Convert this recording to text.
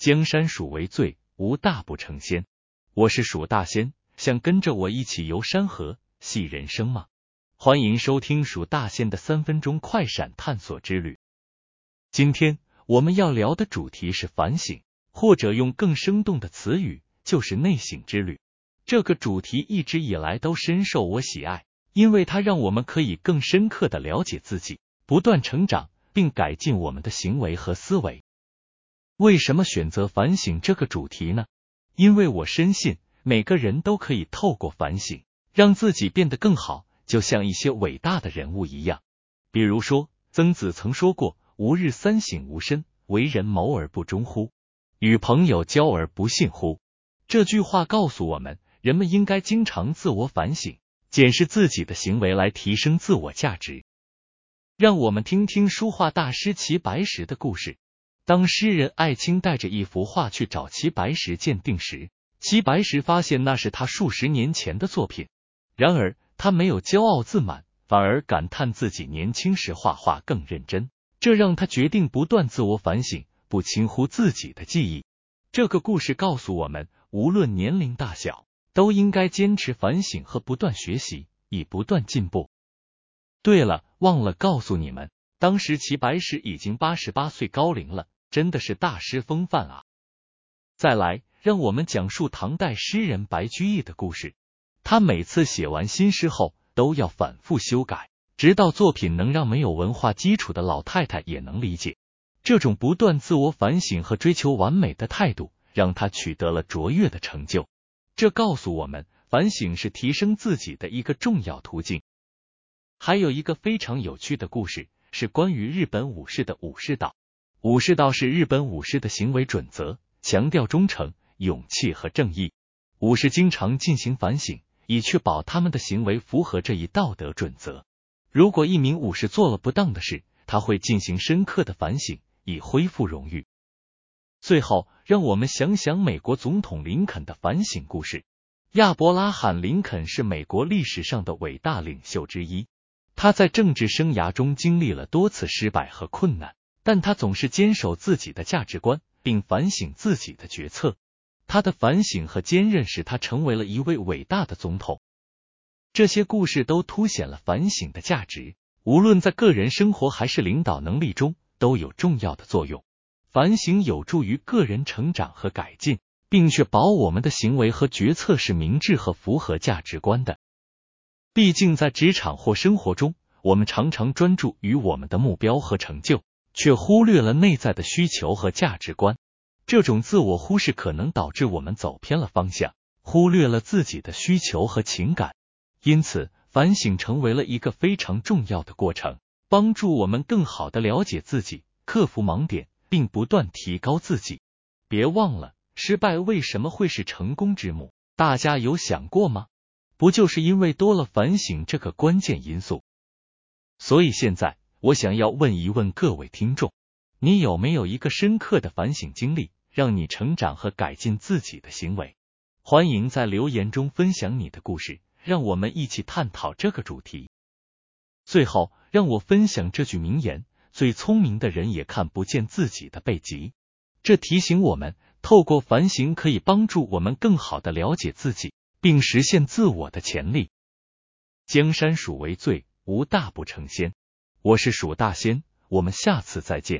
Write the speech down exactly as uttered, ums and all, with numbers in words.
江山属为最，无大不成仙。我是蜀大仙，想跟着我一起游山河，戏人生吗？欢迎收听蜀大仙的三分钟快闪探索之旅。今天我们要聊的主题是反省，或者用更生动的词语，就是内省之旅。这个主题一直以来都深受我喜爱，因为它让我们可以更深刻的了解自己，不断成长，并改进我们的行为和思维。为什么选择反省这个主题呢？因为我深信每个人都可以透过反省让自己变得更好，就像一些伟大的人物一样。比如说曾子曾说过，吾日三省吾身，为人谋而不忠乎？与朋友交而不信乎？这句话告诉我们，人们应该经常自我反省，检视自己的行为来提升自我价值。让我们听听书画大师齐白石的故事。当诗人艾青带着一幅画去找齐白石鉴定时，齐白石发现那是他数十年前的作品。然而他没有骄傲自满，反而感叹自己年轻时画画更认真，这让他决定不断自我反省，不轻忽自己的技艺。这个故事告诉我们，无论年龄大小，都应该坚持反省和不断学习，以不断进步。对了，忘了告诉你们，当时齐白石已经八十八岁高龄了，真的是大师风范啊！再来，让我们讲述唐代诗人白居易的故事。他每次写完新诗后，都要反复修改，直到作品能让没有文化基础的老太太也能理解。这种不断自我反省和追求完美的态度，让他取得了卓越的成就。这告诉我们，反省是提升自己的一个重要途径。还有一个非常有趣的故事，是关于日本武士的武士道。武士道是日本武士的行为准则，强调忠诚、勇气和正义。武士经常进行反省，以确保他们的行为符合这一道德准则。如果一名武士做了不当的事，他会进行深刻的反省，以恢复荣誉。最后，让我们想想美国总统林肯的反省故事。亚伯拉罕·林肯是美国历史上的伟大领袖之一，他在政治生涯中经历了多次失败和困难，但他总是坚守自己的价值观，并反省自己的决策。他的反省和坚韧使他成为了一位伟大的总统。这些故事都凸显了反省的价值，无论在个人生活还是领导能力中，都有重要的作用。反省有助于个人成长和改进，并确保我们的行为和决策是明智和符合价值观的。毕竟在职场或生活中，我们常常专注于我们的目标和成就，却忽略了内在的需求和价值观。这种自我忽视可能导致我们走偏了方向，忽略了自己的需求和情感。因此，反省成为了一个非常重要的过程，帮助我们更好地了解自己，克服盲点，并不断提高自己。别忘了，失败为什么会是成功之母？大家有想过吗？不就是因为多了反省这个关键因素？所以现在，我想要问一问各位听众，你有没有一个深刻的反省经历，让你成长和改进自己的行为？欢迎在留言中分享你的故事，让我们一起探讨这个主题。最后，让我分享这句名言，最聪明的人也看不见自己的背脊。这提醒我们，透过反省可以帮助我们更好地了解自己，并实现自我的潜力。江山属为最，无大不成仙。我是蜀大仙，我们下次再见。